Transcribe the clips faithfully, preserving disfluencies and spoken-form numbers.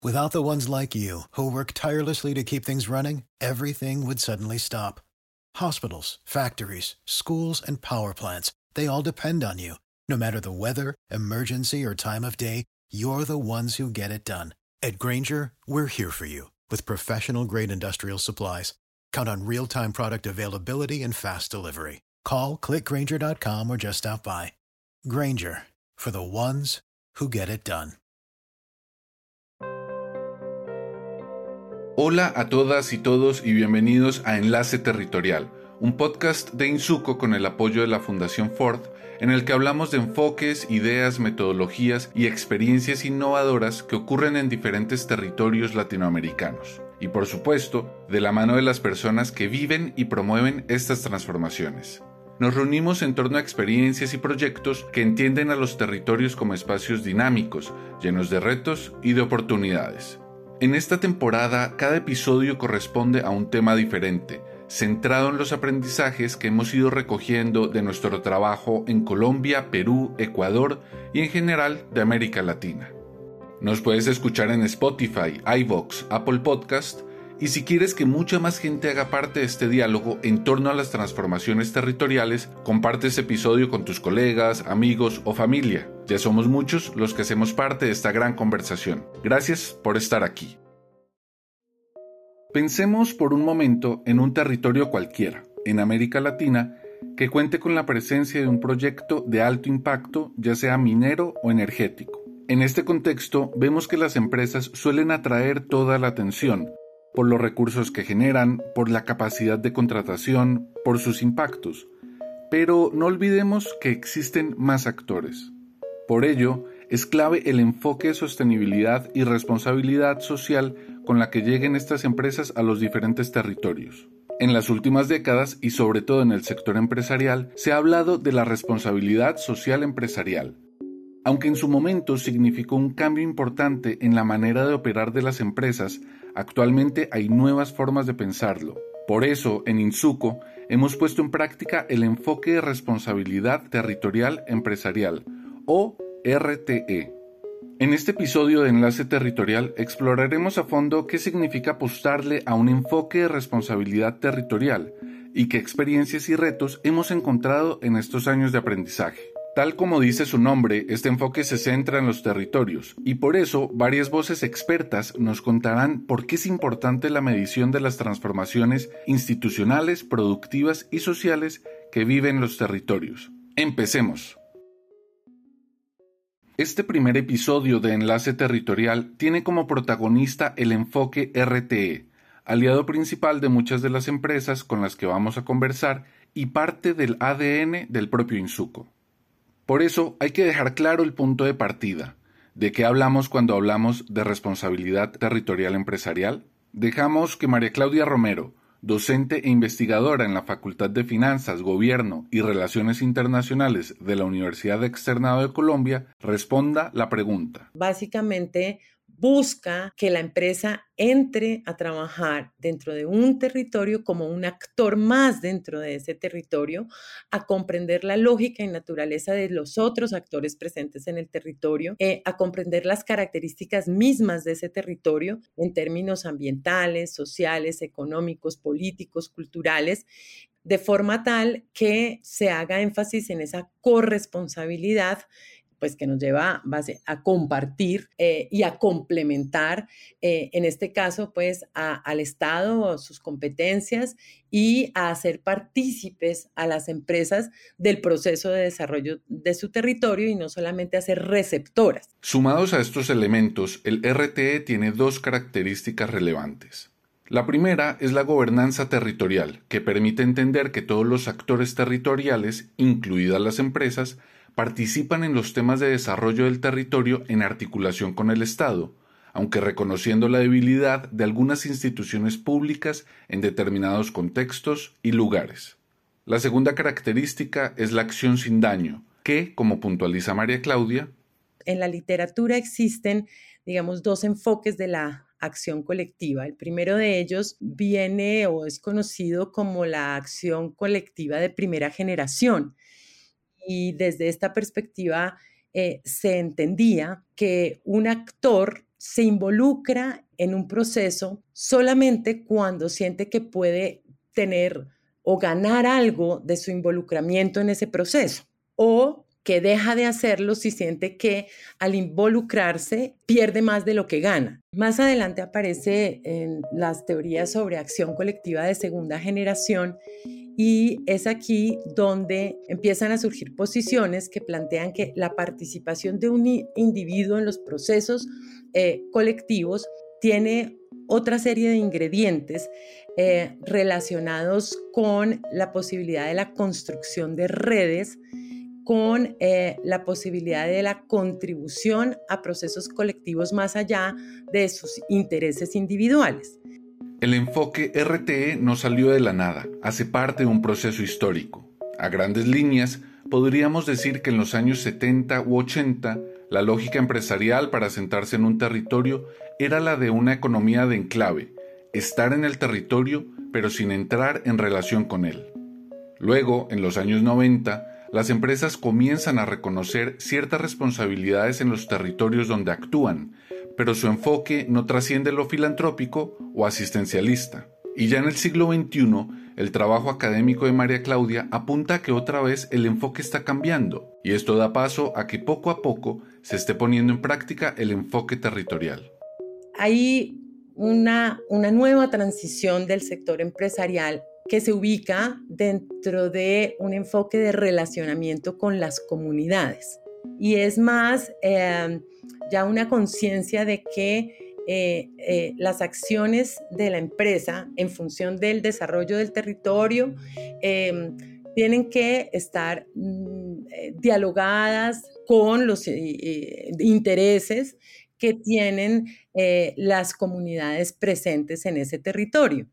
Without the ones like you, who work tirelessly to keep things running, everything would suddenly stop. Hospitals, factories, schools, and power plants, they all depend on you. No matter the weather, emergency, or time of day, you're the ones who get it done. At Grainger, we're here for you with professional-grade industrial supplies. Count on real-time product availability and fast delivery. Call, click grainger dot com, or just stop by. Grainger, for the ones who get it done. Hola a todas y todos y bienvenidos a Enlace Territorial, un podcast de Insuco con el apoyo de la Fundación Ford, en el que hablamos de enfoques, ideas, metodologías y experiencias innovadoras que ocurren en diferentes territorios latinoamericanos. Y por supuesto, de la mano de las personas que viven y promueven estas transformaciones. Nos reunimos en torno a experiencias y proyectos que entienden a los territorios como espacios dinámicos, llenos de retos y de oportunidades. En esta temporada, cada episodio corresponde a un tema diferente, centrado en los aprendizajes que hemos ido recogiendo de nuestro trabajo en Colombia, Perú, Ecuador y en general de América Latina. Nos puedes escuchar en Spotify, iVoox, Apple Podcast, y si quieres que mucha más gente haga parte de este diálogo en torno a las transformaciones territoriales, comparte este episodio con tus colegas, amigos o familia. Ya somos muchos los que hacemos parte de esta gran conversación. Gracias por estar aquí. Pensemos por un momento en un territorio cualquiera, en América Latina, que cuente con la presencia de un proyecto de alto impacto, ya sea minero o energético. En este contexto, vemos que las empresas suelen atraer toda la atención, por los recursos que generan, por la capacidad de contratación, por sus impactos. Pero no olvidemos que existen más actores. Por ello, es clave el enfoque de sostenibilidad y responsabilidad social con la que lleguen estas empresas a los diferentes territorios. En las últimas décadas, y sobre todo en el sector empresarial, se ha hablado de la responsabilidad social empresarial. Aunque en su momento significó un cambio importante en la manera de operar de las empresas, actualmente hay nuevas formas de pensarlo. Por eso, en Insuco, hemos puesto en práctica el enfoque de responsabilidad territorial empresarial, o R T E. En este episodio de Enlace Territorial exploraremos a fondo qué significa apostarle a un enfoque de responsabilidad territorial y qué experiencias y retos hemos encontrado en estos años de aprendizaje. Tal como dice su nombre, este enfoque se centra en los territorios, y por eso varias voces expertas nos contarán por qué es importante la medición de las transformaciones institucionales, productivas y sociales que viven los territorios. Empecemos. Este primer episodio de Enlace Territorial tiene como protagonista el enfoque R T E, aliado principal de muchas de las empresas con las que vamos a conversar y parte del A D N del propio Insuco. Por eso hay que dejar claro el punto de partida. ¿De qué hablamos cuando hablamos de responsabilidad territorial empresarial? Dejamos que María Claudia Romero, docente e investigadora en la Facultad de Finanzas, Gobierno y Relaciones Internacionales de la Universidad Externado de Colombia, responda la pregunta. Básicamente, busca que la empresa entre a trabajar dentro de un territorio como un actor más dentro de ese territorio, a comprender la lógica y naturaleza de los otros actores presentes en el territorio, eh, a comprender las características mismas de ese territorio en términos ambientales, sociales, económicos, políticos, culturales, de forma tal que se haga énfasis en esa corresponsabilidad, pues que nos lleva base, a compartir eh, y a complementar, eh, en este caso, pues a, al Estado, sus competencias y a hacer partícipes a las empresas del proceso de desarrollo de su territorio y no solamente a ser receptoras. Sumados a estos elementos, el R T E tiene dos características relevantes. La primera es la gobernanza territorial, que permite entender que todos los actores territoriales, incluidas las empresas, participan en los temas de desarrollo del territorio en articulación con el Estado, aunque reconociendo la debilidad de algunas instituciones públicas en determinados contextos y lugares. La segunda característica es la acción sin daño, que, como puntualiza María Claudia, en la literatura existen, digamos, dos enfoques de la acción colectiva. El primero de ellos viene o es conocido como la acción colectiva de primera generación. Y desde esta perspectiva eh, se entendía que un actor se involucra en un proceso solamente cuando siente que puede tener o ganar algo de su involucramiento en ese proceso, o que deja de hacerlo si siente que al involucrarse pierde más de lo que gana. Más adelante aparece en las teorías sobre acción colectiva de segunda generación, y es aquí donde empiezan a surgir posiciones que plantean que la participación de un individuo en los procesos eh, colectivos tiene otra serie de ingredientes eh, relacionados con la posibilidad de la construcción de redes, con eh, la posibilidad de la contribución a procesos colectivos más allá de sus intereses individuales. El enfoque R T E no salió de la nada, hace parte de un proceso histórico. A grandes líneas, podríamos decir que en los años setenta u ochenta, la lógica empresarial para asentarse en un territorio era la de una economía de enclave, estar en el territorio pero sin entrar en relación con él. Luego, en los años noventa, las empresas comienzan a reconocer ciertas responsabilidades en los territorios donde actúan, pero su enfoque no trasciende lo filantrópico o asistencialista. Y ya en el siglo veintiuno, el trabajo académico de María Claudia apunta a que otra vez el enfoque está cambiando, y esto da paso a que poco a poco se esté poniendo en práctica el enfoque territorial. Hay una, una nueva transición del sector empresarial que se ubica dentro de un enfoque de relacionamiento con las comunidades. Y es más eh, ya una conciencia de que eh, eh, las acciones de la empresa en función del desarrollo del territorio eh, tienen que estar mm, eh, dialogadas con los eh, intereses que tienen eh, las comunidades presentes en ese territorio.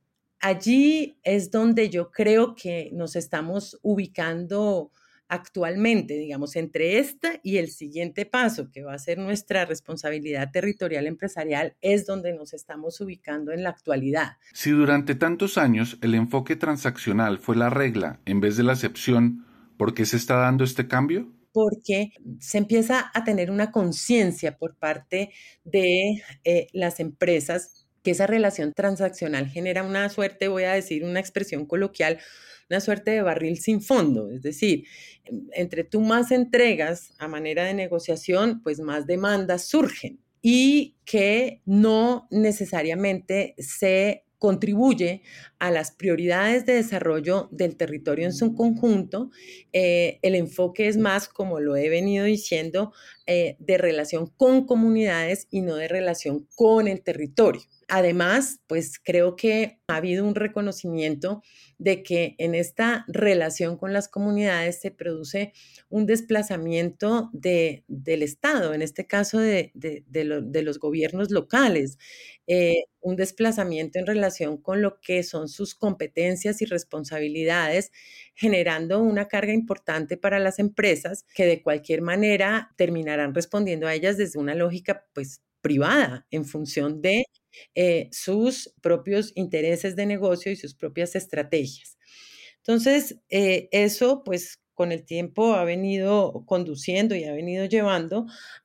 Allí es donde yo creo que nos estamos ubicando actualmente, digamos, entre esta y el siguiente paso, que va a ser nuestra responsabilidad territorial empresarial, es donde nos estamos ubicando en la actualidad. Si durante tantos años el enfoque transaccional fue la regla en vez de la excepción, ¿por qué se está dando este cambio? Porque se empieza a tener una conciencia por parte de eh, las empresas que esa relación transaccional genera una suerte, voy a decir una expresión coloquial, una suerte de barril sin fondo, es decir, entre tú más entregas a manera de negociación, pues más demandas surgen y que no necesariamente se contribuye a las prioridades de desarrollo del territorio en su conjunto. Eh, el enfoque es más, como lo he venido diciendo, eh, de relación con comunidades y no de relación con el territorio. Además, pues creo que ha habido un reconocimiento de que en esta relación con las comunidades se produce un desplazamiento de, del Estado, en este caso de, de, de, lo, de los gobiernos locales, eh, un desplazamiento en relación con lo que son sus competencias y responsabilidades, generando una carga importante para las empresas que de cualquier manera terminarán respondiendo a ellas desde una lógica pues privada en función de eh, sus propios intereses de negocio y sus propias estrategias. Entonces, eh, eso pues con el tiempo ha venido conduciendo y ha venido llevando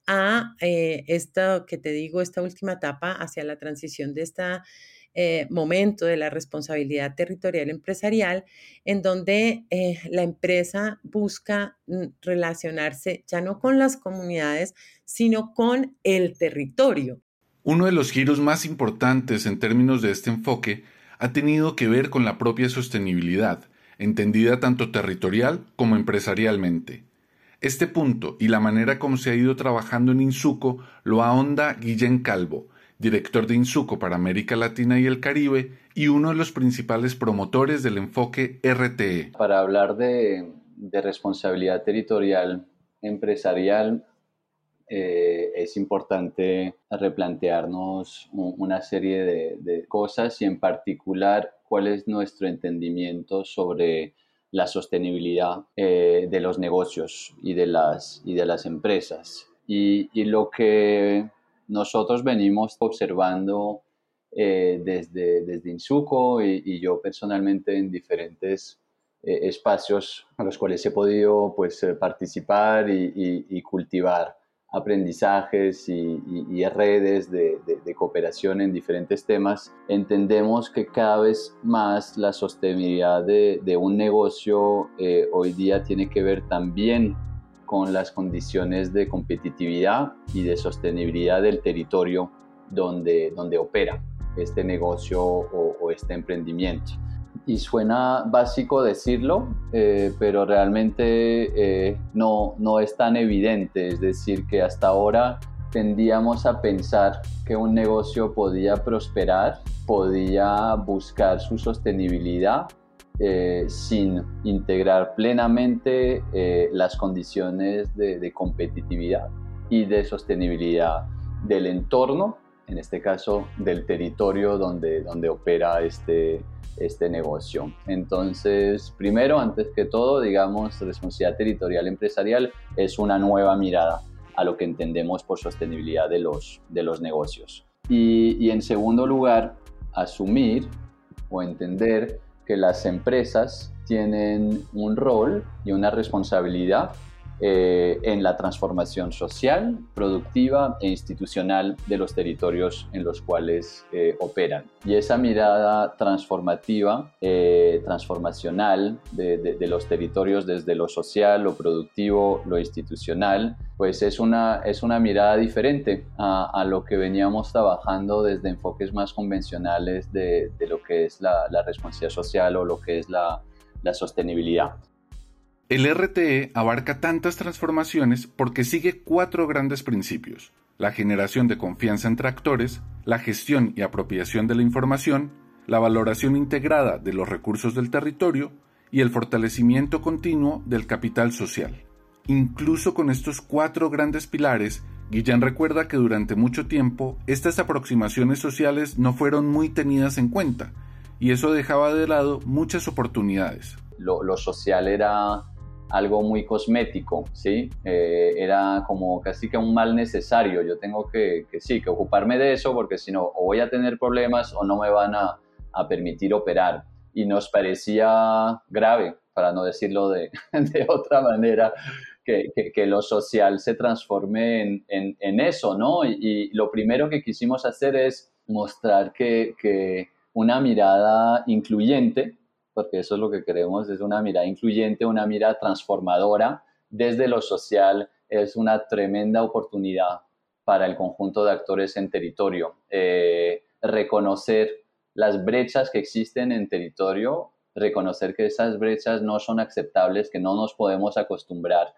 a eh, esta, que te digo, esta última etapa hacia la transición de este eh, momento de la responsabilidad territorial empresarial, en donde eh, la empresa busca mm, relacionarse ya no con las comunidades, sino con el territorio. Uno de los giros más importantes en términos de este enfoque ha tenido que ver con la propia sostenibilidad, entendida tanto territorial como empresarialmente. Este punto y la manera como se ha ido trabajando en Insuco lo ahonda Guillén Calvo, director de Insuco para América Latina y el Caribe y uno de los principales promotores del enfoque R T E. Para hablar de, de responsabilidad territorial empresarial, eh, es importante replantearnos una serie de, de cosas y en particular cuál es nuestro entendimiento sobre la sostenibilidad eh, de los negocios y de las, y de las empresas. Y, y lo que nosotros venimos observando eh, desde, desde Insuco y, y yo personalmente en diferentes eh, espacios a los cuales he podido pues, participar y, y, y cultivar aprendizajes y, y, y redes de, de, de cooperación en diferentes temas, entendemos que cada vez más la sostenibilidad de, de un negocio eh, hoy día tiene que ver también con las condiciones de competitividad y de sostenibilidad del territorio donde, donde opera este negocio o, o este emprendimiento. Y suena básico decirlo, eh, pero realmente eh, no, no es tan evidente. Es decir, que hasta ahora tendíamos a pensar que un negocio podía prosperar, podía buscar su sostenibilidad eh, sin integrar plenamente eh, las condiciones de, de competitividad y de sostenibilidad del entorno, en este caso del territorio donde, donde opera este este negocio. Entonces, primero, antes que todo, digamos, responsabilidad territorial empresarial es una nueva mirada a lo que entendemos por sostenibilidad de los, de los negocios. Y, y en segundo lugar, asumir o entender que las empresas tienen un rol y una responsabilidad Eh, en la transformación social, productiva e institucional de los territorios en los cuales eh, operan. Y esa mirada transformativa, eh, transformacional de, de, de los territorios desde lo social, lo productivo, lo institucional, pues es una, es una mirada diferente a, a lo que veníamos trabajando desde enfoques más convencionales de, de lo que es la, la responsabilidad social o lo que es la, la sostenibilidad. El R T E abarca tantas transformaciones porque sigue cuatro grandes principios: la generación de confianza entre actores, la gestión y apropiación de la información, la valoración integrada de los recursos del territorio y el fortalecimiento continuo del capital social. Incluso con estos cuatro grandes pilares, Guillén recuerda que durante mucho tiempo estas aproximaciones sociales no fueron muy tenidas en cuenta y eso dejaba de lado muchas oportunidades. Lo, lo social era algo muy cosmético, ¿sí? Eh, era como casi que un mal necesario. Yo tengo que, que sí, que ocuparme de eso porque si no, o voy a tener problemas o no me van a, a permitir operar. Y nos parecía grave, para no decirlo de, de otra manera, que, que, que lo social se transforme en, en, en eso, ¿no? Y, y lo primero que quisimos hacer es mostrar que, que una mirada incluyente, porque eso es lo que queremos, es una mirada incluyente, una mirada transformadora desde lo social, es una tremenda oportunidad para el conjunto de actores en territorio. Eh, reconocer las brechas que existen en territorio, reconocer que esas brechas no son aceptables, que no nos podemos acostumbrar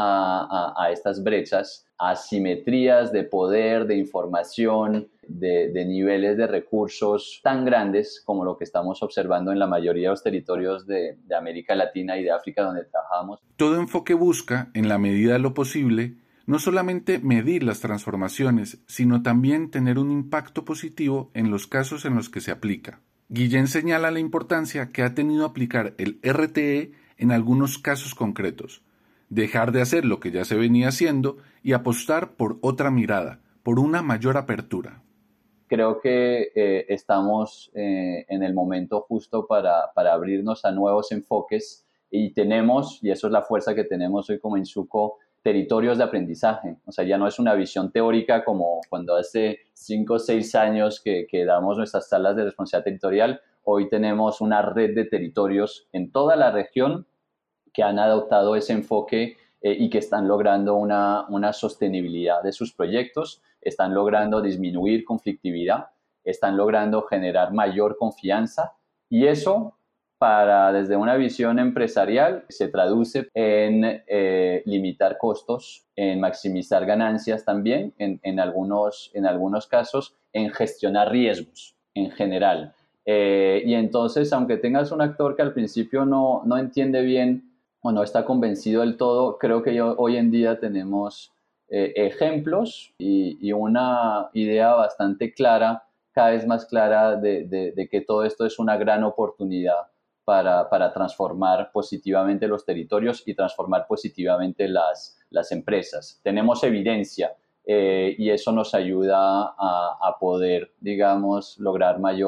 a, a, a estas brechas, asimetrías de poder, de información, de, de niveles de recursos tan grandes como lo que estamos observando en la mayoría de los territorios de, de América Latina y de África donde trabajamos. Todo enfoque busca, en la medida de lo posible, no solamente medir las transformaciones, sino también tener un impacto positivo en los casos en los que se aplica. Guillén señala la importancia que ha tenido aplicar el R T E en algunos casos concretos, dejar de hacer lo que ya se venía haciendo y apostar por otra mirada, por una mayor apertura. Creo que eh, estamos eh, en el momento justo para, para abrirnos a nuevos enfoques y tenemos, y eso es la fuerza que tenemos hoy como INSUCO, territorios de aprendizaje. O sea, ya no es una visión teórica como cuando hace cinco o seis años que, que damos nuestras salas de responsabilidad territorial. Hoy tenemos una red de territorios en toda la región que han adoptado ese enfoque eh, y que están logrando una, una sostenibilidad de sus proyectos, están logrando disminuir conflictividad, están logrando generar mayor confianza y eso, para, desde una visión empresarial, se traduce en eh, limitar costos, en maximizar ganancias también, en, en, algunos, en algunos casos, en gestionar riesgos en general. Eh, y entonces, aunque tengas un actor que al principio no, no entiende bien o no está convencido del todo, creo que yo, hoy en día tenemos eh, ejemplos y, y una idea bastante clara, cada vez más clara de, de, de que todo esto es una gran oportunidad para, para transformar positivamente los territorios y transformar positivamente las, las empresas. Tenemos evidencia eh, y eso nos ayuda a, a poder, digamos, lograr mayor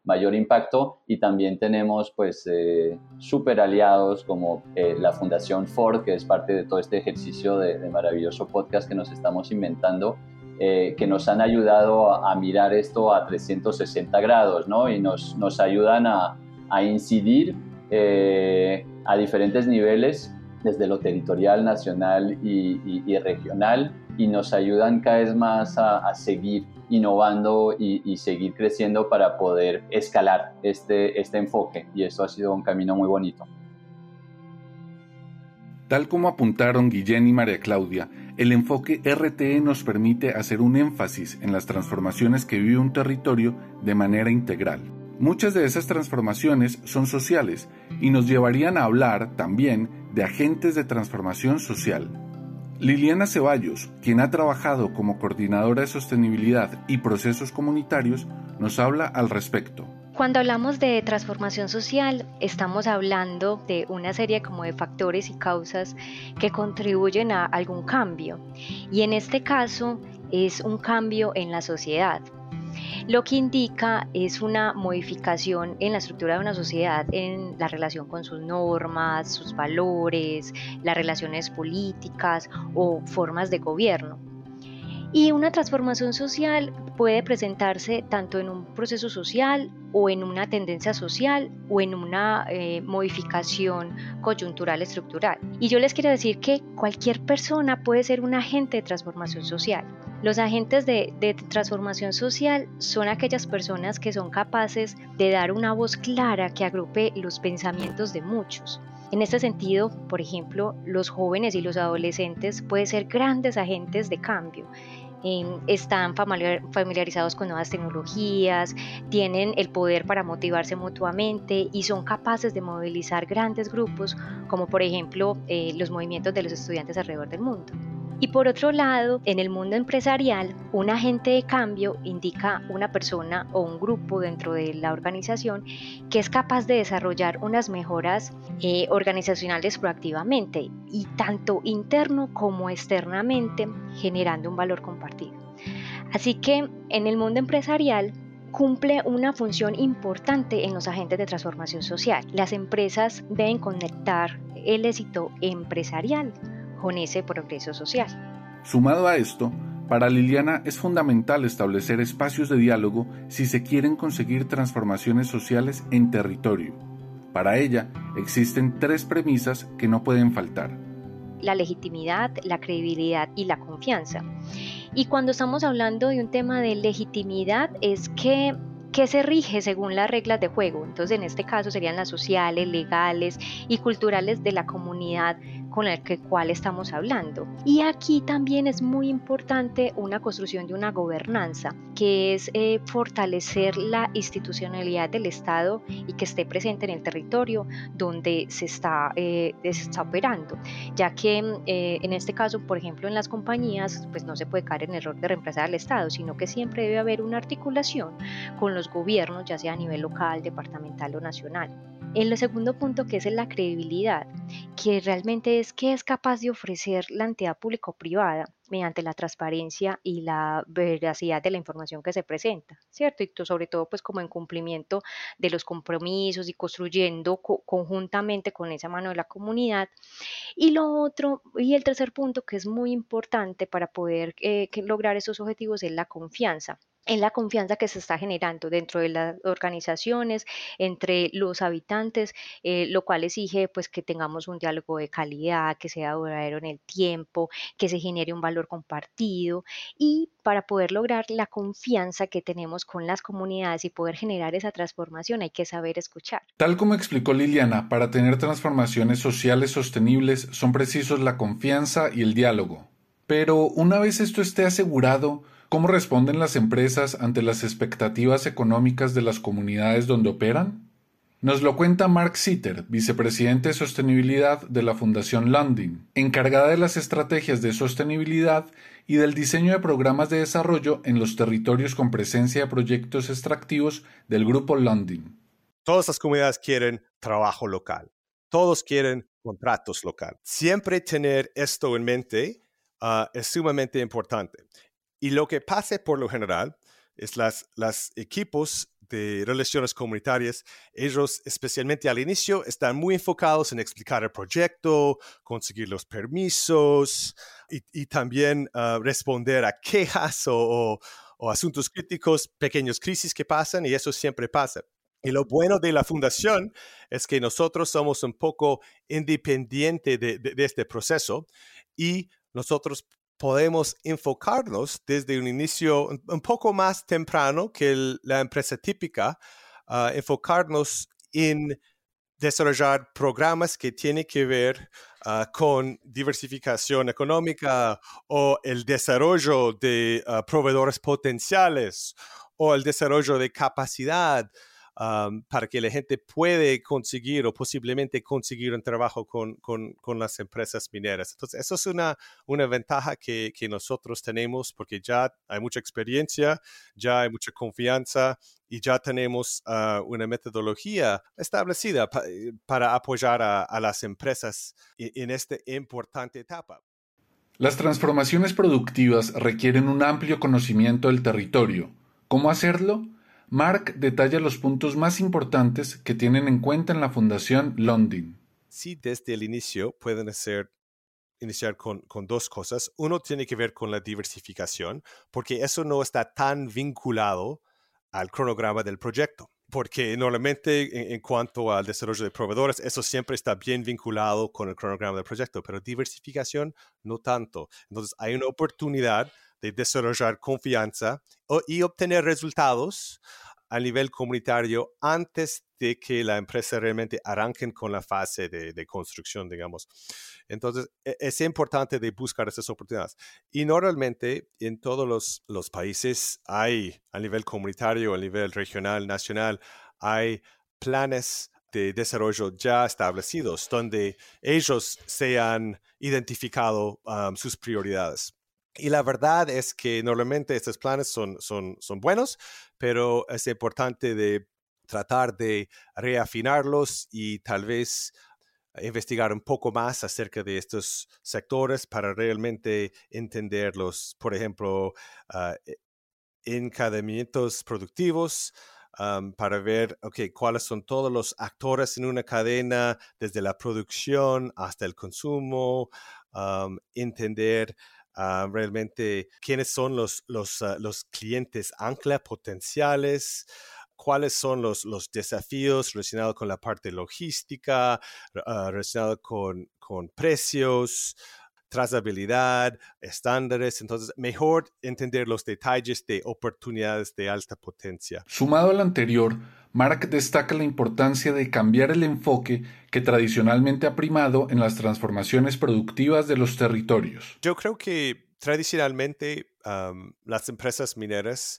mayor impacto, y también tenemos pues eh, súper aliados como eh, la Fundación Ford, que es parte de todo este ejercicio de, de maravilloso podcast que nos estamos inventando, eh, que nos han ayudado a, a mirar esto a trescientos sesenta grados, ¿no? Y nos, nos ayudan a, a incidir eh, a diferentes niveles, desde lo territorial, nacional y, y, y regional, y nos ayudan cada vez más a, a seguir innovando y, y seguir creciendo para poder escalar este, este enfoque, y eso ha sido un camino muy bonito. Tal como apuntaron Guillén y María Claudia, el enfoque R T E nos permite hacer un énfasis en las transformaciones que vive un territorio de manera integral. Muchas de esas transformaciones son sociales y nos llevarían a hablar también de agentes de transformación social. Liliana Ceballos, quien ha trabajado como coordinadora de sostenibilidad y procesos comunitarios, nos habla al respecto. Cuando hablamos de transformación social, estamos hablando de una serie como de factores y causas que contribuyen a algún cambio, y en este caso es un cambio en la sociedad. Lo que indica es una modificación en la estructura de una sociedad, en la relación con sus normas, sus valores, las relaciones políticas o formas de gobierno. Y una transformación social puede presentarse tanto en un proceso social o en una tendencia social o en una eh, modificación coyuntural estructural. Y yo les quiero decir que cualquier persona puede ser un agente de transformación social. Los agentes de, de transformación social son aquellas personas que son capaces de dar una voz clara que agrupe los pensamientos de muchos. En este sentido, por ejemplo, los jóvenes y los adolescentes pueden ser grandes agentes de cambio. Eh, están familiarizados con nuevas tecnologías, tienen el poder para motivarse mutuamente y son capaces de movilizar grandes grupos, como por ejemplo eh, los movimientos de los estudiantes alrededor del mundo. Y por otro lado, en el mundo empresarial, un agente de cambio indica una persona o un grupo dentro de la organización que es capaz de desarrollar unas mejoras eh, organizacionales proactivamente y tanto interno como externamente, generando un valor compartido. Así que en el mundo empresarial cumple una función importante en los agentes de transformación social. Las empresas deben conectar el éxito empresarial con ese progreso social. Sumado a esto, para Liliana es fundamental establecer espacios de diálogo si se quieren conseguir transformaciones sociales en territorio. Para ella, existen tres premisas que no pueden faltar: la legitimidad, la credibilidad y la confianza. Y cuando estamos hablando de un tema de legitimidad, es que que se rige según las reglas de juego. Entonces, en este caso serían las sociales, legales y culturales de la comunidad con la que, cual estamos hablando. Y aquí también es muy importante una construcción de una gobernanza, que es eh, fortalecer la institucionalidad del Estado y que esté presente en el territorio donde se está, eh, se está operando, ya que eh, en este caso, por ejemplo, en las compañías, pues no se puede caer en el error de reemplazar al Estado, sino que siempre debe haber una articulación con los gobiernos, ya sea a nivel local, departamental o nacional. El segundo punto, que es la credibilidad, que realmente es que es capaz de ofrecer la entidad público-privada mediante la transparencia y la veracidad de la información que se presenta, ¿cierto? Y sobre todo pues como en cumplimiento de los compromisos y construyendo co- conjuntamente con esa mano de la comunidad. Y lo otro, y el tercer punto que es muy importante para poder eh, que lograr esos objetivos es la confianza. Es la confianza que se está generando dentro de las organizaciones, entre los habitantes, eh, lo cual exige pues que tengamos un diálogo de calidad, que sea duradero en el tiempo, que se genere un valor compartido, y para poder lograr la confianza que tenemos con las comunidades y poder generar esa transformación hay que saber escuchar. Tal como explicó Liliana, para tener transformaciones sociales sostenibles son precisos la confianza y el diálogo. Pero una vez esto esté asegurado, ¿cómo responden las empresas ante las expectativas económicas de las comunidades donde operan? Nos lo cuenta Mark Sitter, vicepresidente de sostenibilidad de la Fundación Lundin, encargada de las estrategias de sostenibilidad y del diseño de programas de desarrollo en los territorios con presencia de proyectos extractivos del grupo Lundin. Todas las comunidades quieren trabajo local, todos quieren contratos locales. Siempre tener esto en mente uh, es sumamente importante. Y lo que pasa por lo general es las, los equipos de relaciones comunitarias, ellos especialmente al inicio están muy enfocados en explicar el proyecto, conseguir los permisos y, y también uh, responder a quejas o, o, o asuntos críticos, pequeños crisis que pasan, y eso siempre pasa. Y lo bueno de la fundación es que nosotros somos un poco independientes de, de, de este proceso y nosotros podemos enfocarnos desde un inicio un, un poco más temprano que el, la empresa típica, uh, enfocarnos en desarrollar programas que tienen que ver uh, con diversificación económica o el desarrollo de uh, proveedores potenciales o el desarrollo de capacidad um, para que la gente puede conseguir o posiblemente conseguir un trabajo con, con, con las empresas mineras. Entonces, eso es una, una ventaja que, que nosotros tenemos porque ya hay mucha experiencia, ya hay mucha confianza y ya tenemos uh, una metodología establecida pa para apoyar a, a las empresas en esta importante etapa. Las transformaciones productivas requieren un amplio conocimiento del territorio. ¿Cómo hacerlo? Mark detalla los puntos más importantes que tienen en cuenta en la Fundación Lundin. Sí, desde el inicio pueden hacer iniciar con, con dos cosas. Uno tiene que ver con la diversificación, porque eso no está tan vinculado al cronograma del proyecto. Porque normalmente en, en cuanto al desarrollo de proveedores, eso siempre está bien vinculado con el cronograma del proyecto, pero diversificación no tanto. Entonces hay una oportunidad de desarrollar confianza o, y obtener resultados a nivel comunitario antes de que la empresa realmente arranquen con la fase de, de construcción, digamos. Entonces, es importante de buscar esas oportunidades. Y normalmente en todos los, los países hay, a nivel comunitario, a nivel regional, nacional, hay planes de desarrollo ya establecidos donde ellos se han identificado um, sus prioridades. Y la verdad es que normalmente estos planes son, son, son buenos, pero es importante de tratar de reafinarlos y tal vez investigar un poco más acerca de estos sectores para realmente entenderlos. Por ejemplo, uh, encadenamientos productivos, um, para ver okay, cuáles son todos los actores en una cadena, desde la producción hasta el consumo, um, entender Uh, realmente quiénes son los, los, uh, los clientes ancla potenciales, cuáles son los, los desafíos relacionados con la parte logística, uh, relacionados con, con precios, trazabilidad, estándares. Entonces, mejor entender los detalles de oportunidades de alta potencia. Sumado al anterior, Mark destaca la importancia de cambiar el enfoque que tradicionalmente ha primado en las transformaciones productivas de los territorios. Yo creo que tradicionalmente um, las empresas mineras,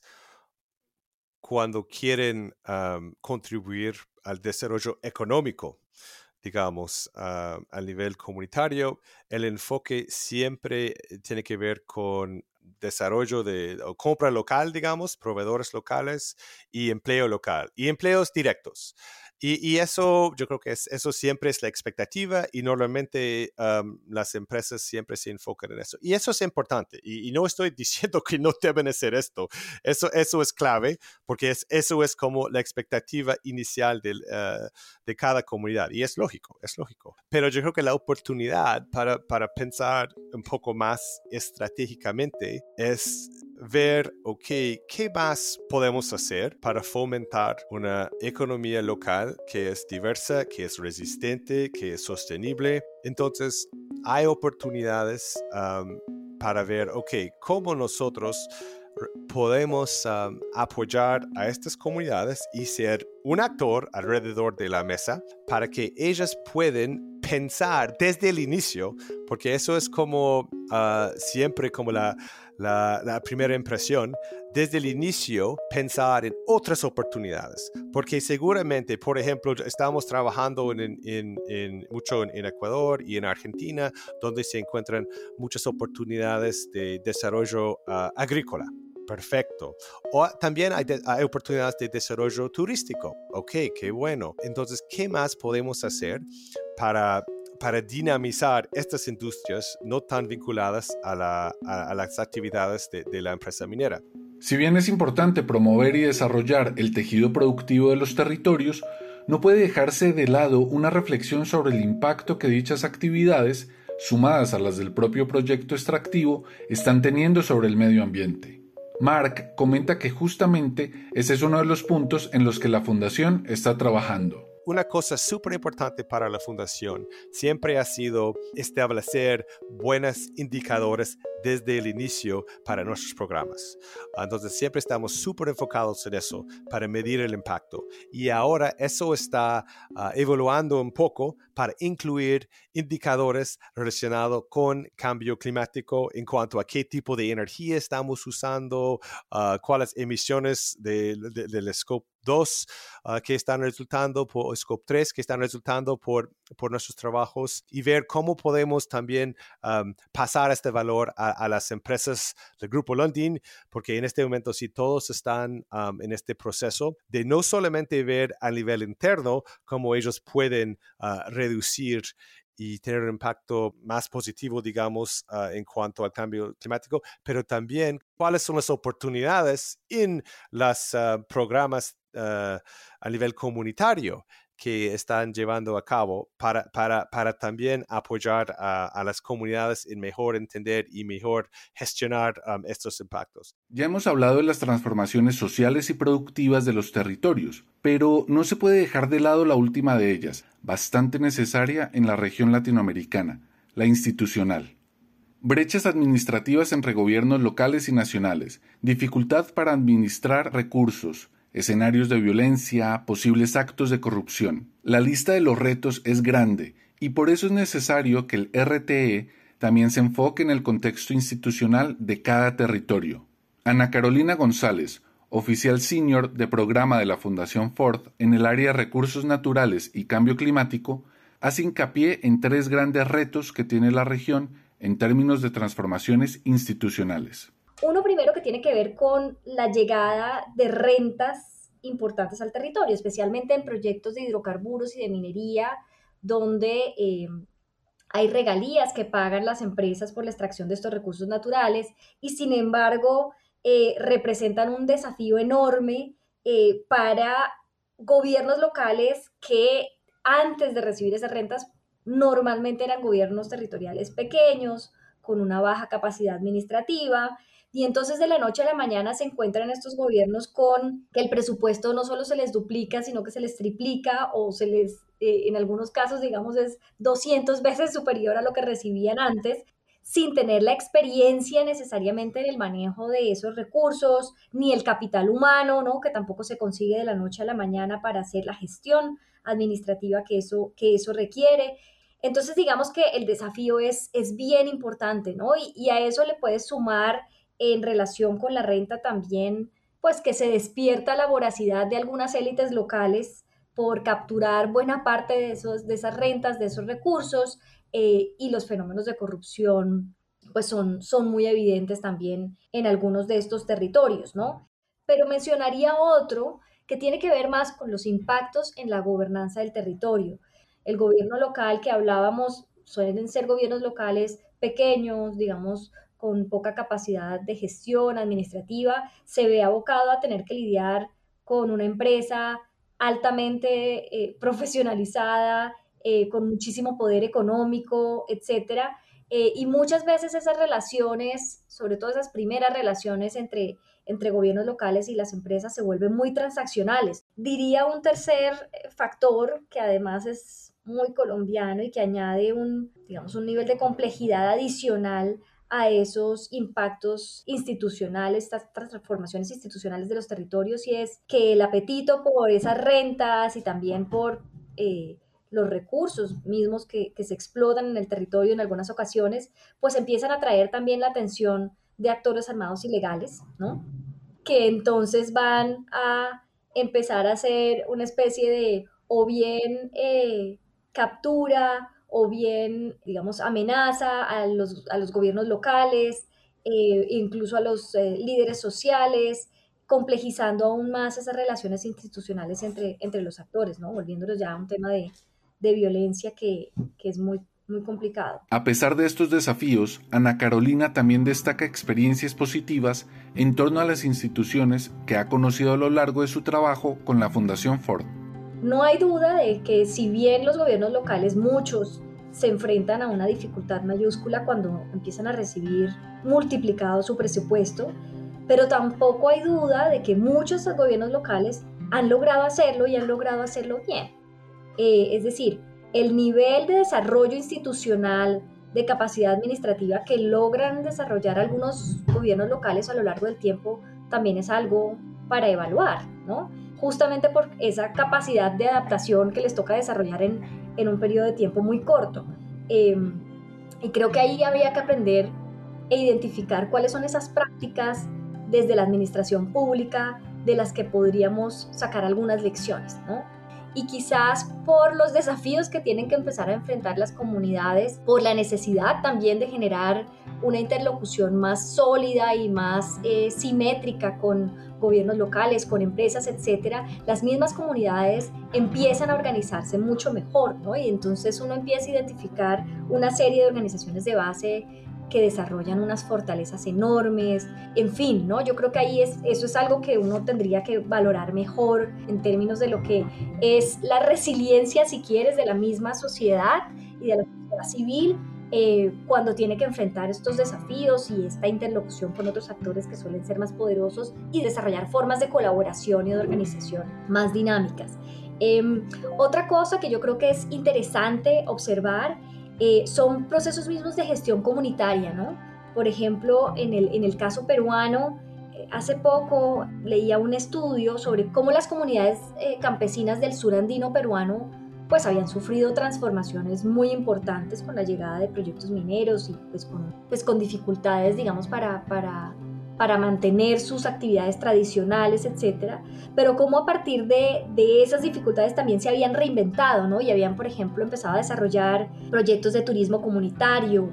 cuando quieren um, contribuir al desarrollo económico, digamos, uh, a nivel comunitario, el enfoque siempre tiene que ver con desarrollo de o compra local, digamos, proveedores locales y empleo local y empleos directos. Y, y eso, yo creo que es, eso siempre es la expectativa y normalmente um, las empresas siempre se enfocan en eso. Y eso es importante. Y, y no estoy diciendo que no deben hacer esto. Eso, eso es clave porque es, eso es como la expectativa inicial de, uh, de cada comunidad. Y es lógico, es lógico. Pero yo creo que la oportunidad para, para pensar un poco más estratégicamente es ver, ok, ¿qué más podemos hacer para fomentar una economía local que es diversa, que es resistente, que es sostenible? Entonces, hay oportunidades um, para ver, ok, cómo nosotros podemos um, apoyar a estas comunidades y ser un actor alrededor de la mesa para que ellas puedan pensar desde el inicio, porque eso es como uh, siempre como la, la, la primera impresión, desde el inicio pensar en otras oportunidades, porque seguramente, por ejemplo, estamos trabajando en, en, en, mucho en, en Ecuador y en Argentina, donde se encuentran muchas oportunidades de desarrollo uh, agrícola. Perfecto. O también hay, de, hay oportunidades de desarrollo turístico. Ok, qué bueno. Entonces, ¿qué más podemos hacer para, para dinamizar estas industrias no tan vinculadas a, la, a, a las actividades de, de la empresa minera? Si bien es importante promover y desarrollar el tejido productivo de los territorios, no puede dejarse de lado una reflexión sobre el impacto que dichas actividades, sumadas a las del propio proyecto extractivo, están teniendo sobre el medio ambiente. Mark comenta que justamente ese es uno de los puntos en los que la Fundación está trabajando. Una cosa súper importante para la Fundación siempre ha sido establecer buenos indicadores desde el inicio para nuestros programas. Entonces siempre estamos súper enfocados en eso para medir el impacto. Y ahora eso está uh, evaluando un poco para incluir indicadores relacionados con cambio climático en cuanto a qué tipo de energía estamos usando, uh, cuáles emisiones del de, de, de Scope dos uh, que están resultando, por Scope tres que están resultando por, por nuestros trabajos, y ver cómo podemos también um, pasar este valor a, a las empresas del Grupo Lundin, porque en este momento sí todos están um, en este proceso de no solamente ver a nivel interno cómo ellos pueden uh, reducir y tener un impacto más positivo, digamos, uh, en cuanto al cambio climático, pero también cuáles son las oportunidades en los uh, programas uh, a nivel comunitario que están llevando a cabo para, para, para también apoyar a, a las comunidades en mejor entender y mejor gestionar um, estos impactos. Ya hemos hablado de las transformaciones sociales y productivas de los territorios, pero no se puede dejar de lado la última de ellas, bastante necesaria en la región latinoamericana, la institucional. Brechas administrativas entre gobiernos locales y nacionales, dificultad para administrar recursos, escenarios de violencia, posibles actos de corrupción. La lista de los retos es grande y por eso es necesario que el R T E también se enfoque en el contexto institucional de cada territorio. Ana Carolina González, oficial senior de programa de la Fundación Ford en el área de recursos naturales y cambio climático, hace hincapié en tres grandes retos que tiene la región en términos de transformaciones institucionales. Uno primero que tiene que ver con la llegada de rentas importantes al territorio, especialmente en proyectos de hidrocarburos y de minería, donde eh, hay regalías que pagan las empresas por la extracción de estos recursos naturales y sin embargo eh, representan un desafío enorme eh, para gobiernos locales que antes de recibir esas rentas normalmente eran gobiernos territoriales pequeños, con una baja capacidad administrativa. Y entonces de la noche a la mañana se encuentran estos gobiernos con que el presupuesto no solo se les duplica, sino que se les triplica o se les, eh, en algunos casos, digamos, es doscientas veces superior a lo que recibían antes, sin tener la experiencia necesariamente en el manejo de esos recursos, ni el capital humano, ¿no? Que tampoco se consigue de la noche a la mañana para hacer la gestión administrativa que eso, que eso requiere. Entonces, digamos que el desafío es, es bien importante, ¿no? Y, y a eso le puedes sumar en relación con la renta también, pues que se despierta la voracidad de algunas élites locales por capturar buena parte de, esos, de esas rentas, de esos recursos, eh, y los fenómenos de corrupción pues son, son muy evidentes también en algunos de estos territorios, ¿no? Pero mencionaría otro que tiene que ver más con los impactos en la gobernanza del territorio. El gobierno local que hablábamos suelen ser gobiernos locales pequeños, digamos, con poca capacidad de gestión administrativa, se ve abocado a tener que lidiar con una empresa altamente eh, profesionalizada, eh, con muchísimo poder económico, etcétera. Eh, y muchas veces esas relaciones, sobre todo esas primeras relaciones entre, entre gobiernos locales y las empresas, se vuelven muy transaccionales. Diría un tercer factor que además es muy colombiano y que añade un, digamos, un nivel de complejidad adicional a esos impactos institucionales, estas transformaciones institucionales de los territorios, y es que el apetito por esas rentas y también por eh, los recursos mismos que, que se explotan en el territorio en algunas ocasiones, pues empiezan a atraer también la atención de actores armados ilegales, ¿no? Que entonces van a empezar a hacer una especie de o bien eh, captura o bien, digamos, amenaza a los, a los gobiernos locales, eh, incluso a los eh, líderes sociales, complejizando aún más esas relaciones institucionales entre, entre los actores, ¿no? Volviéndolos ya a un tema de, de violencia que, que es muy muy complicado. A pesar de estos desafíos, Ana Carolina también destaca experiencias positivas en torno a las instituciones que ha conocido a lo largo de su trabajo con la Fundación Ford. No hay duda de que si bien los gobiernos locales, muchos, se enfrentan a una dificultad mayúscula cuando empiezan a recibir multiplicado su presupuesto, pero tampoco hay duda de que muchos gobiernos locales han logrado hacerlo y han logrado hacerlo bien. Eh, es decir, el nivel de desarrollo institucional, de capacidad administrativa que logran desarrollar algunos gobiernos locales a lo largo del tiempo también es algo para evaluar, ¿no? Justamente por esa capacidad de adaptación que les toca desarrollar en, en un periodo de tiempo muy corto. Eh, y creo que ahí habría que aprender e identificar cuáles son esas prácticas desde la administración pública de las que podríamos sacar algunas lecciones, ¿no? Y quizás por los desafíos que tienen que empezar a enfrentar las comunidades, por la necesidad también de generar una interlocución más sólida y más eh, simétrica con gobiernos locales, con empresas, etcétera, las mismas comunidades empiezan a organizarse mucho mejor, ¿no? Y entonces uno empieza a identificar una serie de organizaciones de base que desarrollan unas fortalezas enormes, en fin, ¿no? Yo creo que ahí es, eso es algo que uno tendría que valorar mejor en términos de lo que es la resiliencia, si quieres, de la misma sociedad y de la sociedad civil eh, cuando tiene que enfrentar estos desafíos y esta interlocución con otros actores que suelen ser más poderosos y desarrollar formas de colaboración y de organización más dinámicas. Eh, otra cosa que yo creo que es interesante observar Eh, son procesos mismos de gestión comunitaria, ¿no? Por ejemplo, en el, en el caso peruano, eh, hace poco leía un estudio sobre cómo las comunidades eh, campesinas del sur andino peruano pues habían sufrido transformaciones muy importantes con la llegada de proyectos mineros y pues con, pues, con dificultades, digamos, para, para, para mantener sus actividades tradicionales, etcétera, pero cómo a partir de, de esas dificultades también se habían reinventado, ¿no? Y habían, por ejemplo, empezado a desarrollar proyectos de turismo comunitario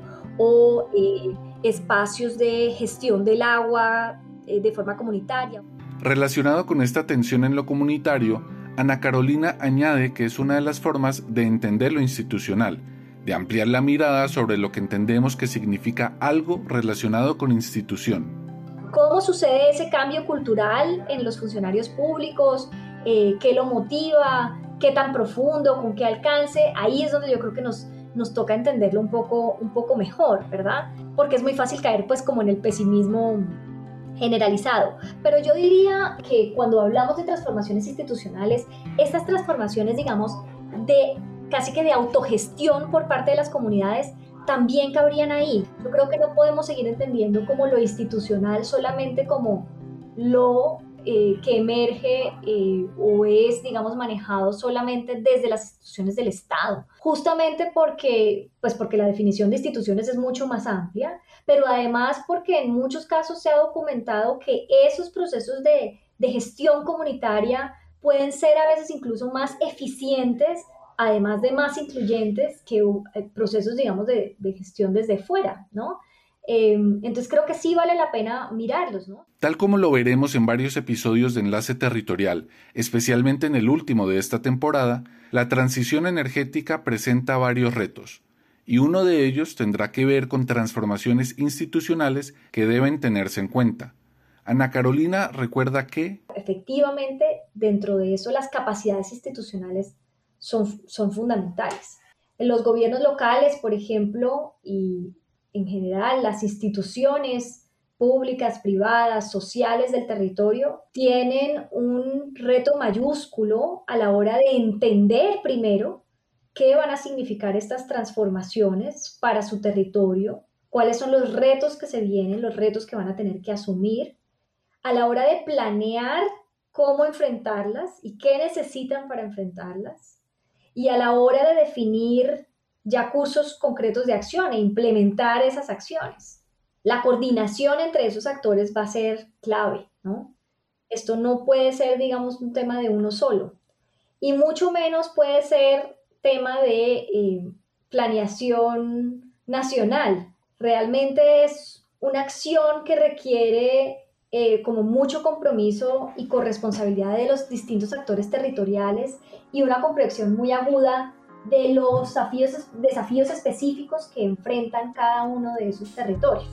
o eh, espacios de gestión del agua eh, de forma comunitaria. Relacionado con esta tensión en lo comunitario, Ana Carolina añade que es una de las formas de entender lo institucional, de ampliar la mirada sobre lo que entendemos que significa algo relacionado con institución. ¿Cómo sucede ese cambio cultural en los funcionarios públicos? Eh, ¿Qué lo motiva? ¿Qué tan profundo? ¿Con qué alcance? Ahí es donde yo creo que nos, nos toca entenderlo un poco, un poco mejor, ¿verdad? Porque es muy fácil caer pues como en el pesimismo generalizado. Pero yo diría que cuando hablamos de transformaciones institucionales, estas transformaciones, digamos, de casi que de autogestión por parte de las comunidades, también cabrían ahí. Yo creo que no podemos seguir entendiendo como lo institucional solamente como lo eh, que emerge eh, o es, digamos, manejado solamente desde las instituciones del Estado. Justamente porque, pues porque la definición de instituciones es mucho más amplia, pero además porque en muchos casos se ha documentado que esos procesos de, de gestión comunitaria pueden ser a veces incluso más eficientes, además de más incluyentes que eh, procesos, digamos, de, de gestión desde fuera, ¿no? Eh, entonces creo que sí vale la pena mirarlos, ¿no? Tal como lo veremos en varios episodios de Enlace Territorial, especialmente en el último de esta temporada, la transición energética presenta varios retos, y uno de ellos tendrá que ver con transformaciones institucionales que deben tenerse en cuenta. Ana Carolina recuerda que efectivamente, dentro de eso, las capacidades institucionales Son, son fundamentales. En los gobiernos locales, por ejemplo, y en general las instituciones públicas, privadas, sociales del territorio, tienen un reto mayúsculo a la hora de entender primero qué van a significar estas transformaciones para su territorio, cuáles son los retos que se vienen, los retos que van a tener que asumir, a la hora de planear cómo enfrentarlas y qué necesitan para enfrentarlas, y a la hora de definir ya cursos concretos de acción e implementar esas acciones. La coordinación entre esos actores va a ser clave, ¿no? Esto no puede ser, digamos, un tema de uno solo, y mucho menos puede ser tema de eh, planeación nacional. Realmente es una acción que requiere Eh, como mucho compromiso y corresponsabilidad de los distintos actores territoriales y una comprensión muy aguda de los desafíos, desafíos específicos que enfrentan cada uno de esos territorios.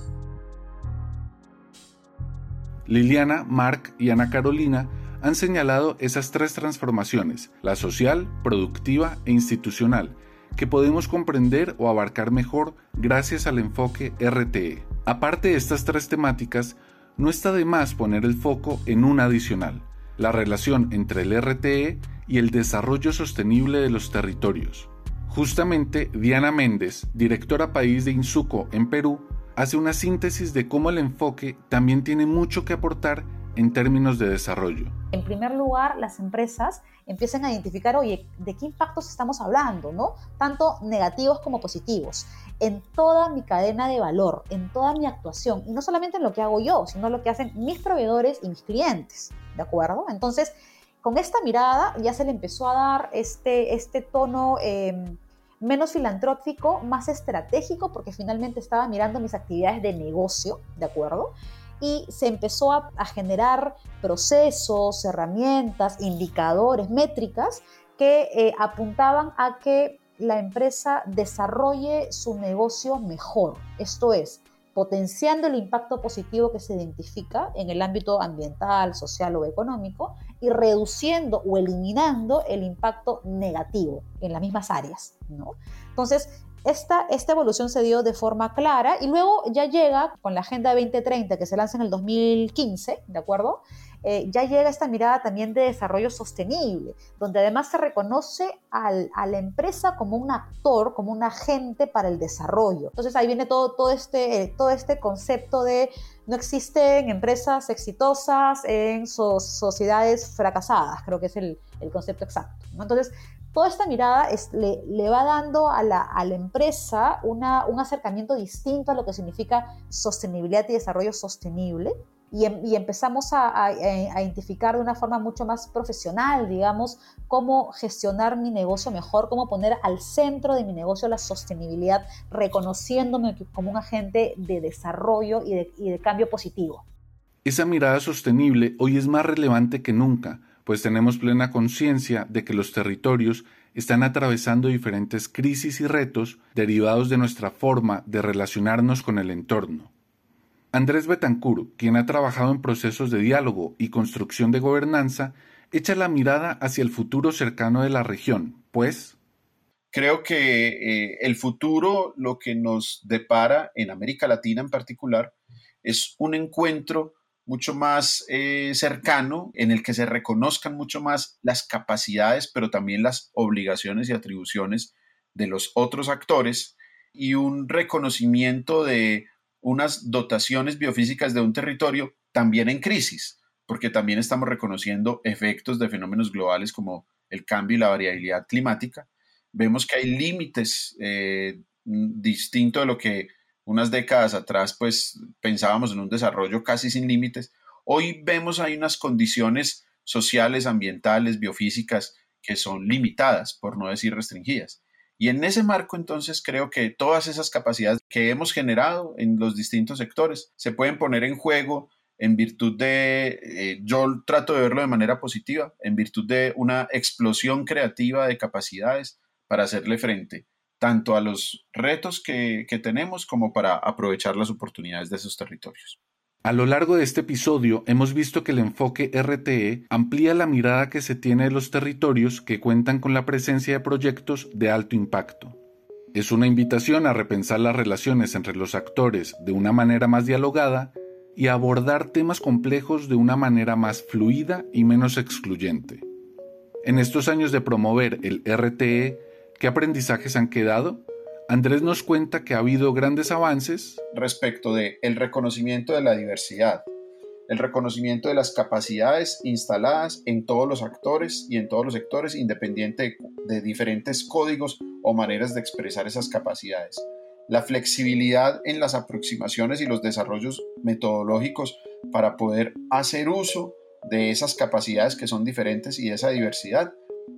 Liliana, Marc y Ana Carolina han señalado esas tres transformaciones, la social, productiva e institucional, que podemos comprender o abarcar mejor gracias al enfoque R T E. Aparte de estas tres temáticas, no está de más poner el foco en una adicional, la relación entre el R T E y el desarrollo sostenible de los territorios. Justamente, Diana Méndez, directora país de INSUCO en Perú, hace una síntesis de cómo el enfoque también tiene mucho que aportar en términos de desarrollo. En primer lugar, las empresas empiezan a identificar, oye, ¿de qué impactos estamos hablando, no? Tanto negativos como positivos, en toda mi cadena de valor, en toda mi actuación, y no solamente en lo que hago yo, sino lo que hacen mis proveedores y mis clientes, ¿de acuerdo? Entonces, con esta mirada ya se le empezó a dar este, este tono eh, menos filantrópico, más estratégico, porque finalmente estaba mirando mis actividades de negocio, ¿de acuerdo? Y se empezó a, a generar procesos, herramientas, indicadores, métricas que eh, apuntaban a que la empresa desarrolle su negocio mejor. Esto es, potenciando el impacto positivo que se identifica en el ámbito ambiental, social o económico y reduciendo o eliminando el impacto negativo en las mismas áreas, ¿no? Entonces, Esta, esta evolución se dio de forma clara y luego ya llega con la Agenda veinte treinta que se lanza en el dos mil quince, ¿de acuerdo? Eh, ya llega esta mirada también de desarrollo sostenible, donde además se reconoce al, a la empresa como un actor, como un agente para el desarrollo. Entonces ahí viene todo, todo, este, eh, todo este concepto de no existen empresas exitosas en so, sociedades fracasadas, creo que es el, el concepto exacto, ¿no? Entonces, toda esta mirada es, le, le va dando a la, a la empresa una, un acercamiento distinto a lo que significa sostenibilidad y desarrollo sostenible y, em, y empezamos a, a, a identificar de una forma mucho más profesional, digamos, cómo gestionar mi negocio mejor, cómo poner al centro de mi negocio la sostenibilidad, reconociéndome como un agente de desarrollo y de, y de cambio positivo. Esa mirada sostenible hoy es más relevante que nunca, pues tenemos plena conciencia de que los territorios están atravesando diferentes crisis y retos derivados de nuestra forma de relacionarnos con el entorno. Andrés Betancourt, quien ha trabajado en procesos de diálogo y construcción de gobernanza, echa la mirada hacia el futuro cercano de la región, pues... Creo que eh, el futuro lo que nos depara en América Latina en particular es un encuentro mucho más eh, cercano, en el que se reconozcan mucho más las capacidades, pero también las obligaciones y atribuciones de los otros actores y un reconocimiento de unas dotaciones biofísicas de un territorio también en crisis, porque también estamos reconociendo efectos de fenómenos globales como el cambio y la variabilidad climática. Vemos que hay límites eh, distintos de lo que unas décadas atrás pues pensábamos en un desarrollo casi sin límites. Hoy vemos hay unas condiciones sociales, ambientales, biofísicas que son limitadas, por no decir restringidas. Y en ese marco entonces creo que todas esas capacidades que hemos generado en los distintos sectores se pueden poner en juego en virtud de, eh, yo trato de verlo de manera positiva, en virtud de una explosión creativa de capacidades para hacerle frente tanto a los retos que, que tenemos como para aprovechar las oportunidades de esos territorios. A lo largo de este episodio hemos visto que el enfoque R T E amplía la mirada que se tiene de los territorios que cuentan con la presencia de proyectos de alto impacto. Es una invitación a repensar las relaciones entre los actores de una manera más dialogada y a abordar temas complejos de una manera más fluida y menos excluyente. En estos años de promover el R T E, ¿qué aprendizajes han quedado? Andrés nos cuenta que ha habido grandes avances respecto del reconocimiento de la diversidad, el reconocimiento de las capacidades instaladas en todos los actores y en todos los sectores, independiente de diferentes códigos o maneras de expresar esas capacidades. La flexibilidad en las aproximaciones y los desarrollos metodológicos para poder hacer uso de esas capacidades que son diferentes y de esa diversidad,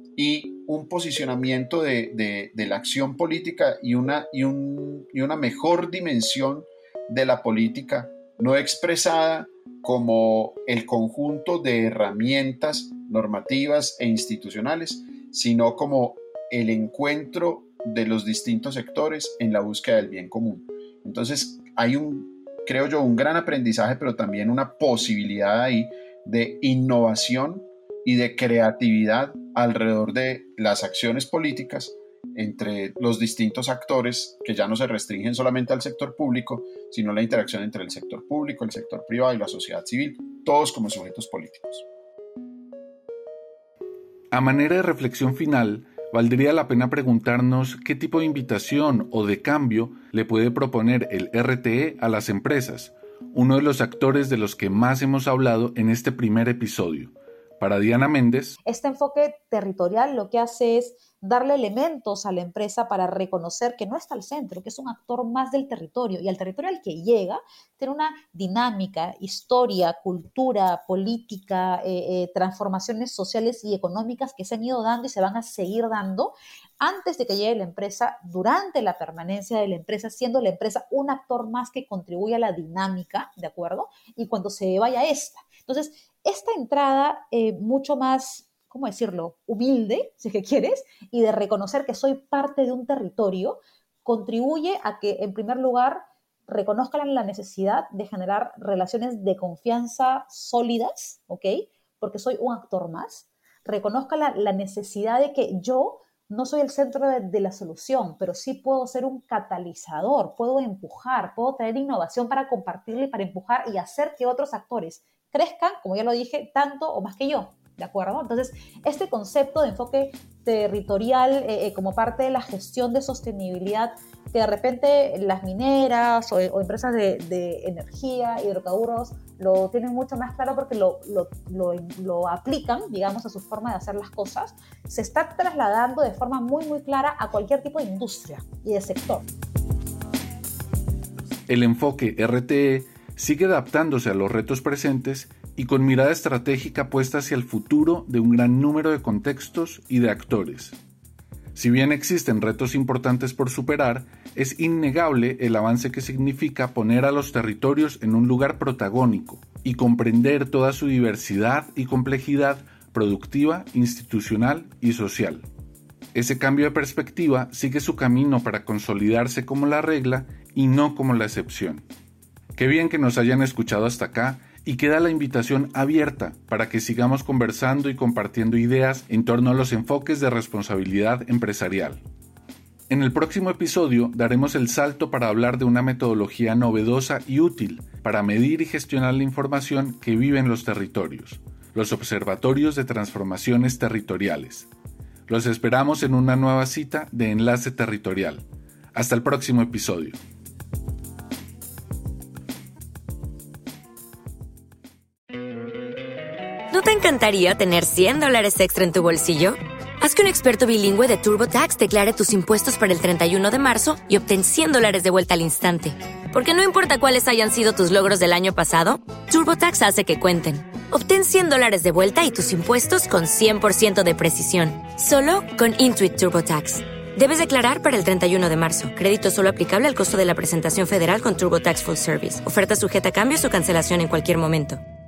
y un posicionamiento de, de, de la acción política y una, y, un, y una mejor dimensión de la política no expresada como el conjunto de herramientas normativas e institucionales, sino como el encuentro de los distintos sectores en la búsqueda del bien común. Entonces hay un, creo yo, un gran aprendizaje, pero también una posibilidad ahí de innovación y de creatividad alrededor de las acciones políticas entre los distintos actores, que ya no se restringen solamente al sector público, sino la interacción entre el sector público, el sector privado y la sociedad civil, todos como sujetos políticos. A manera de reflexión final, valdría la pena preguntarnos qué tipo de invitación o de cambio le puede proponer el R T E a las empresas, uno de los actores de los que más hemos hablado en este primer episodio. Para Diana Méndez, este enfoque territorial lo que hace es darle elementos a la empresa para reconocer que no está al centro, que es un actor más del territorio, y al territorio al que llega tiene una dinámica, historia, cultura, política, eh, eh, transformaciones sociales y económicas que se han ido dando y se van a seguir dando antes de que llegue la empresa, durante la permanencia de la empresa, siendo la empresa un actor más que contribuye a la dinámica, ¿de acuerdo? Y cuando se vaya esta. Entonces, esta entrada eh, mucho más, ¿cómo decirlo?, humilde, si es que quieres, y de reconocer que soy parte de un territorio, contribuye a que, en primer lugar, reconozcan la necesidad de generar relaciones de confianza sólidas, ¿ok? Porque soy un actor más. Reconozcan la, la necesidad de que yo no soy el centro de, de la solución, pero sí puedo ser un catalizador, puedo empujar, puedo traer innovación para compartirla y para empujar y hacer que otros actores crezcan, como ya lo dije, tanto o más que yo, ¿de acuerdo? Entonces, este concepto de enfoque territorial eh, eh, como parte de la gestión de sostenibilidad, que de repente las mineras o, o empresas de, de energía, hidrocarburos, lo tienen mucho más claro porque lo, lo, lo, lo aplican, digamos, a su forma de hacer las cosas, se está trasladando de forma muy, muy clara a cualquier tipo de industria y de sector. El enfoque R T E sigue adaptándose a los retos presentes y con mirada estratégica puesta hacia el futuro de un gran número de contextos y de actores. Si bien existen retos importantes por superar, es innegable el avance que significa poner a los territorios en un lugar protagónico y comprender toda su diversidad y complejidad productiva, institucional y social. Ese cambio de perspectiva sigue su camino para consolidarse como la regla y no como la excepción. Qué bien que nos hayan escuchado hasta acá y queda la invitación abierta para que sigamos conversando y compartiendo ideas en torno a los enfoques de responsabilidad empresarial. En el próximo episodio daremos el salto para hablar de una metodología novedosa y útil para medir y gestionar la información que viven los territorios, los observatorios de transformaciones territoriales. Los esperamos en una nueva cita de Enlace Territorial. Hasta el próximo episodio. ¿No te encantaría tener cien dólares extra en tu bolsillo? Haz que un experto bilingüe de TurboTax declare tus impuestos para el treinta y uno de marzo y obtén cien dólares de vuelta al instante. Porque no importa cuáles hayan sido tus logros del año pasado, TurboTax hace que cuenten. Obtén cien dólares de vuelta y tus impuestos con cien por ciento de precisión. Solo con Intuit TurboTax. Debes declarar para el treinta y uno de marzo. Crédito solo aplicable al costo de la presentación federal con TurboTax Full Service. Oferta sujeta a cambios o cancelación en cualquier momento.